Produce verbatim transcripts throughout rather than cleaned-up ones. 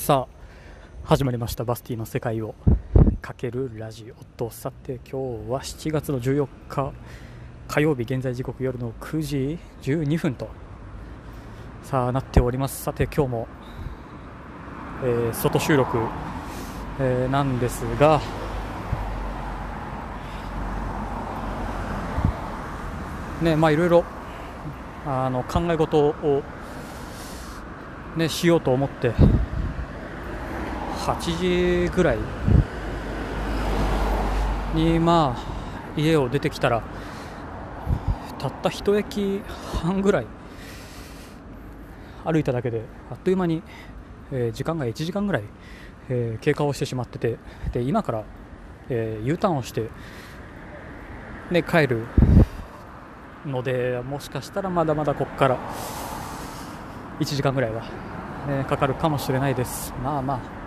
さあ始まりました。バスティの世界をかけるラジオと、さて今日はしちがつのじゅうよっか火曜日、現在時刻夜のくじじゅうにふんとさあなっております。さて今日も、えー、外収録、えー、なんですが、ね、まあいろいろあの考え事を、ね、しようと思ってはちじぐらいにまあ家を出てきたら、たった一駅半ぐらい歩いただけであっという間に、えー、時間がいちじかんぐらい、えー、経過をしてしまってて、で今から、えー、U ターンをして、ね、帰るので、もしかしたらまだまだここからいちじかんぐらいは、ね、かかるかもしれないです。まあまあ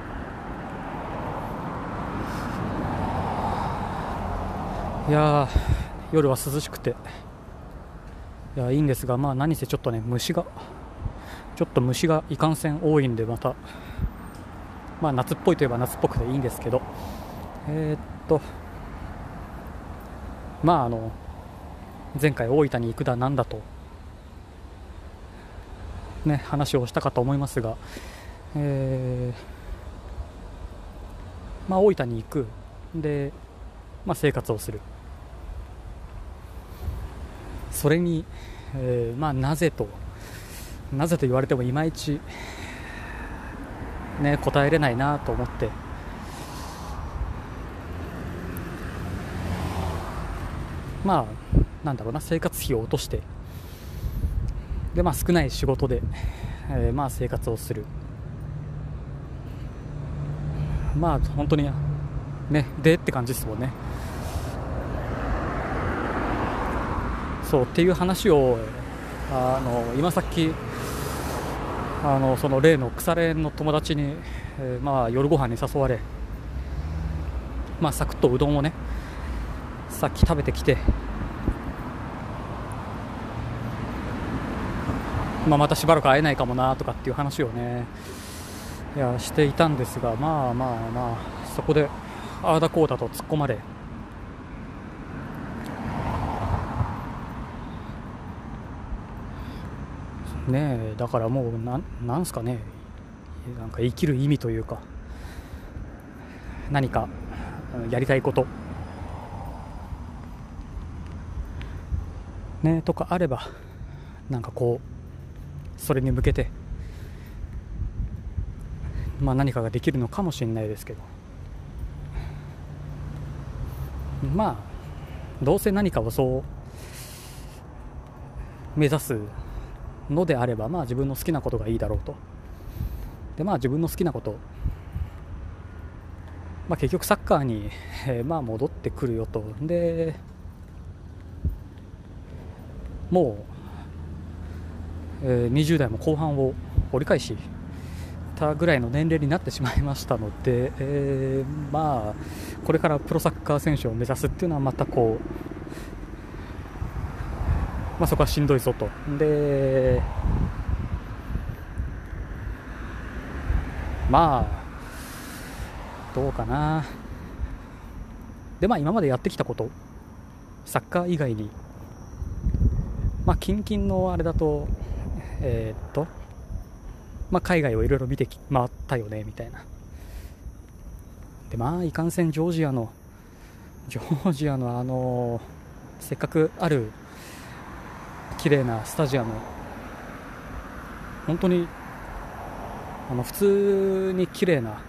いや夜は涼しくていやいいんですが、まあ何せちょっとね虫がちょっと虫がいかんせん多いんで、またまあ夏っぽいといえば夏っぽくていいんですけど、えー、っとまああの前回大分に行くだなんだとね話をしたかと思いますが、えー、まあ大分に行くで、まあ生活をする、それに、えー、まあなぜとなぜと言われてもいまいちね答えれないなと思って、まあなんだろうな、生活費を落としてで、まあ、少ない仕事で、えー、まあ生活をする、まあ本当にねでって感じですもんね。そうっていう話をあの今さっきあのその例の腐れ縁の友達に、えー、まあ夜ご飯に誘われ、まあサクッとうどんをねさっき食べてきて、まあ、またしばらく会えないかもなとかっていう話をねいやしていたんですが、まあまあまあそこでああだこうだと突っ込まれ、ねえだからもうななんすかね、なんか生きる意味というか、何かやりたいことねとかあれば、なんかこうそれに向けてまあ何かができるのかもしれないですけど、まあどうせ何かをそう目指すのであれば、まあ自分の好きなことがいいだろうと。でまあ自分の好きなこと、まあ結局サッカーに、えー、まあ戻ってくるよと。でもう、えー、にじゅう代も後半を折り返したぐらいの年齢になってしまいましたので、えー、まあこれからプロサッカー選手を目指すっていうのはまたこう、まあ、そこはしんどいぞと。でまあどうかな。でまあ今までやってきたこと、サッカー以外にまあ近々のあれだとえー、っとまあ海外をいろいろ見て回ったよねみたいな。でまあいかんせんジョージアのジョージアのあのせっかくある綺麗なスタジアム、本当にあの普通に綺麗な、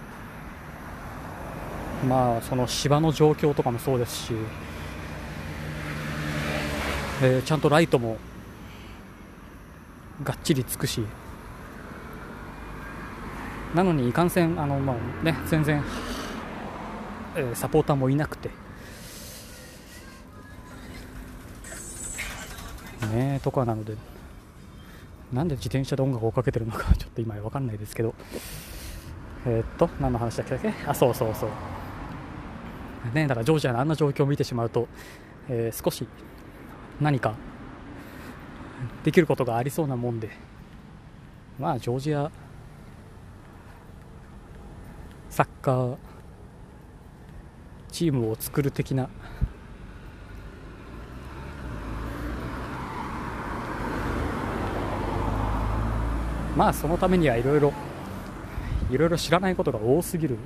まあその芝の状況とかもそうですし、えー、ちゃんとライトもがっちりつくし、なのにいかんせんあの、まあね、全然、えー、サポーターもいなくてねとかなので、なんで自転車で音楽をかけてるのかちょっと今わかんないですけど、えー、っと何の話だっけ。あそうそうそうね、だからジョージアのあんな状況を見てしまうと、えー、少し何かできることがありそうなもんで、まあジョージアサッカーチームを作る的な、まあそのためにはいろいろいろいろ知らないことが多すぎる。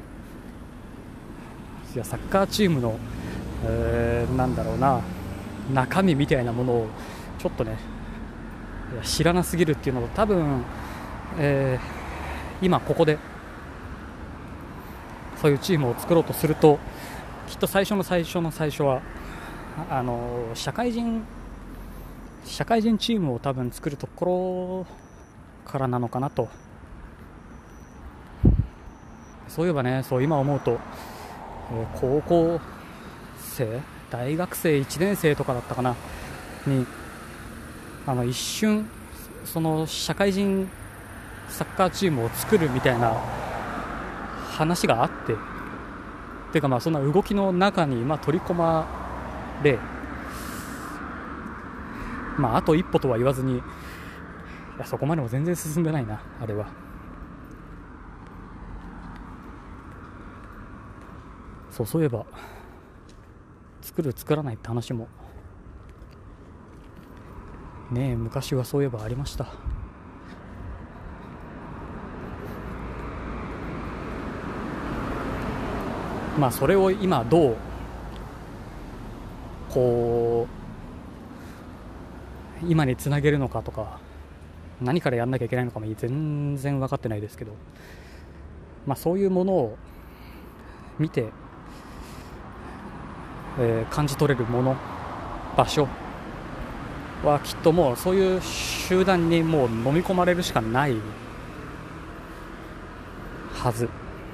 いやサッカーチームの、えー、なんだろうな中身みたいなものをちょっとねいや知らなすぎるっていうのを多分、えー、今ここでそういうチームを作ろうとするときっと最初の最初の最初はあの社会人社会人チームを多分作るところからなのかなと。そういえばね、そう今思うと、えー、高校生大学生いちねん生とかだったかなにあの一瞬その社会人サッカーチームを作るみたいな話があってていうかまあそんな動きの中にまあ取り込まれ、まああと一歩とは言わずにいやそこまでも全然進んでないなあれは。そうそういえば作る作らないって話もねえ昔はそういえばありました。まあそれを今どうこう今につなげるのかとか何からやんなきゃいけないのかも全然分かってないですけど、まあそういうものを見て、えー、感じ取れるもの場所はきっともうそういう集団にもう飲み込まれるしかないはず。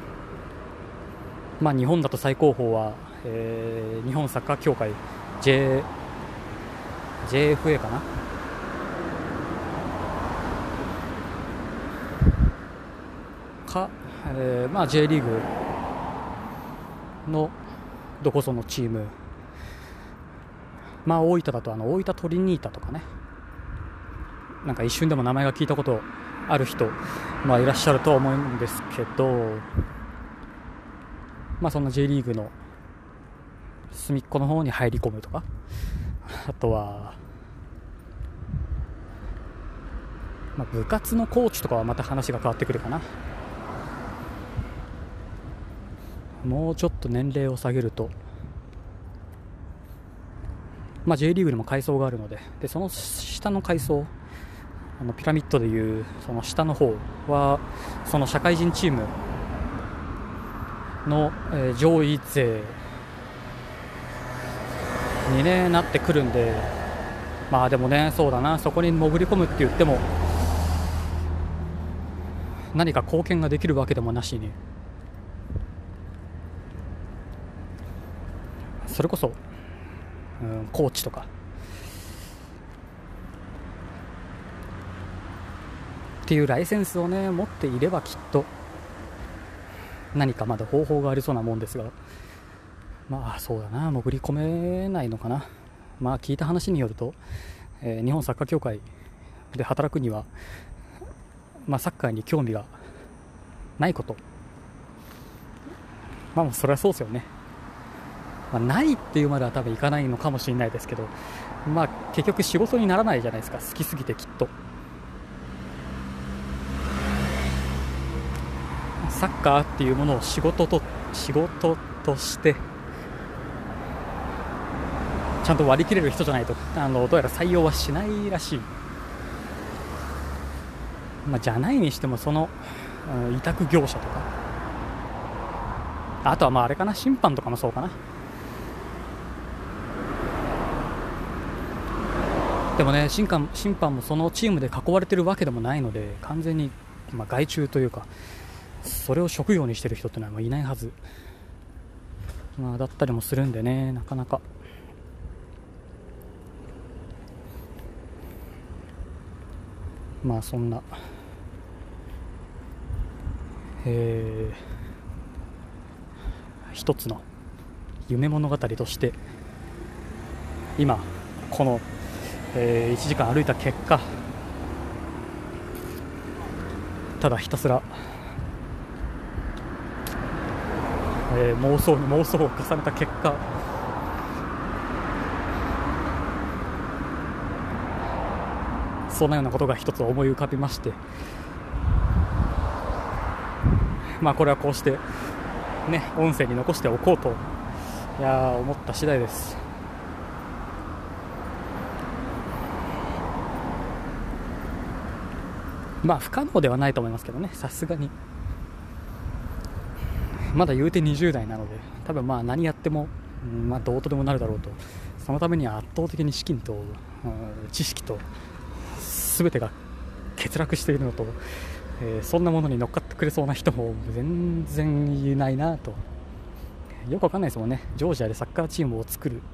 まあ日本だと最高峰は、えー、日本サッカー協会 J、ジェイエフエー かなか、えー、まあ J リーグのどこぞのチーム、まあ大分だとあの大分トリニータとかね、なんか一瞬でも名前が聞いたことある人、まあ、いらっしゃるとは思うんですけど、まあそんな J リーグの隅っこの方に入り込むとか、あとは、まあ、部活のコーチとかはまた話が変わってくるかな。もうちょっと年齢を下げると、まあ、J リーグにも階層があるので、でその下の階層、あのピラミッドでいうその下の方はその社会人チームの、えー、上位勢に、ね、なってくるんで、まあでもね、そうだな、そこに潜り込むって言っても何か貢献ができるわけでもなしに、それこそ、うん、コーチとかっていうライセンスをね持っていればきっと何かまだ方法がありそうなもんですが、まあそうだな、潜り込めないのかな。まあ聞いた話によると、えー、日本サッカー協会で働くには、まあ、サッカーに興味がないこと、まあそれはそうですよね。まあ、ないっていうまでは多分いかないのかもしれないですけど、まあ結局仕事にならないじゃないですか、好きすぎてきっと。サッカーっていうものを仕事と仕事としてちゃんと割り切れる人じゃないと、あのどうやら採用はしないらしい。まあ、じゃないにしてもその、うん、委託業者とか、あとはまああれかな、審判とかもそうかな。でもね、審判、審判もそのチームで囲われてるわけでもないので、完全に、まあ、外注というかそれを職業にしてる人ってのはもういないはず、まあ、だったりもするんでね、なかなかまあそんな、えー、一つの夢物語として今この、えー、いちじかん歩いた結果、ただひたすらえー、妄想に妄想を重ねた結果、そんなようなことが一つ思い浮かびまして、まあこれはこうしてね、音声に残しておこうといや思った次第です。まあ不可能ではないと思いますけどね、さすがにまだ言うてにじゅう代なので、多分まあ何やっても、うん、まあどうとでもなるだろうと。そのためには圧倒的に資金と、うん、知識と全てが欠落しているのと、えー、そんなものに乗っかってくれそうな人も全然いないなと。よくわかんないですもんね、ジョージアでサッカーチームを作る。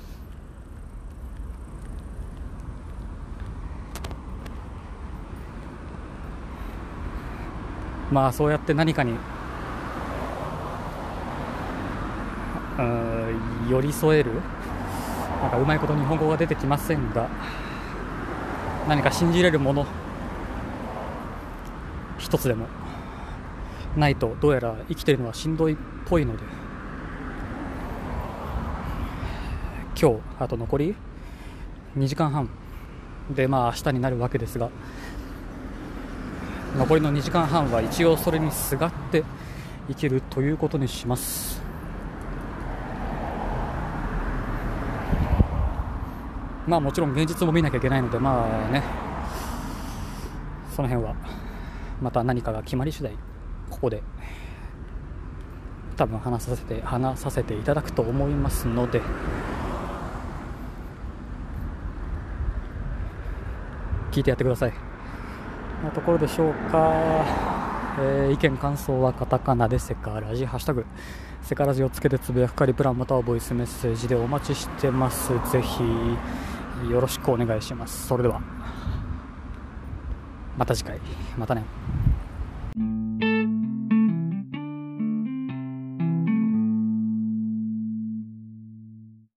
まあそうやって何かにうん寄り添える、なんかうまいこと日本語が出てきませんが、何か信じれるもの一つでもないとどうやら生きているのはしんどいっぽいので、今日あと残りにじかんはんで、まあ明日になるわけですが、残りのにじかんはんは一応それにすがって生きるということにします。まあもちろん現実も見なきゃいけないので、まあね、その辺はまた何かが決まり次第ここで多分話させて話させていただくと思いますので、聞いてやってください。なところでしょうか。えー、意見感想はカタカナでセカラジ、ハッシュタグセカラジをつけてつぶやくかリプランまたはボイスメッセージでお待ちしてます。ぜひよろしくお願いします。それではまた次回、またね。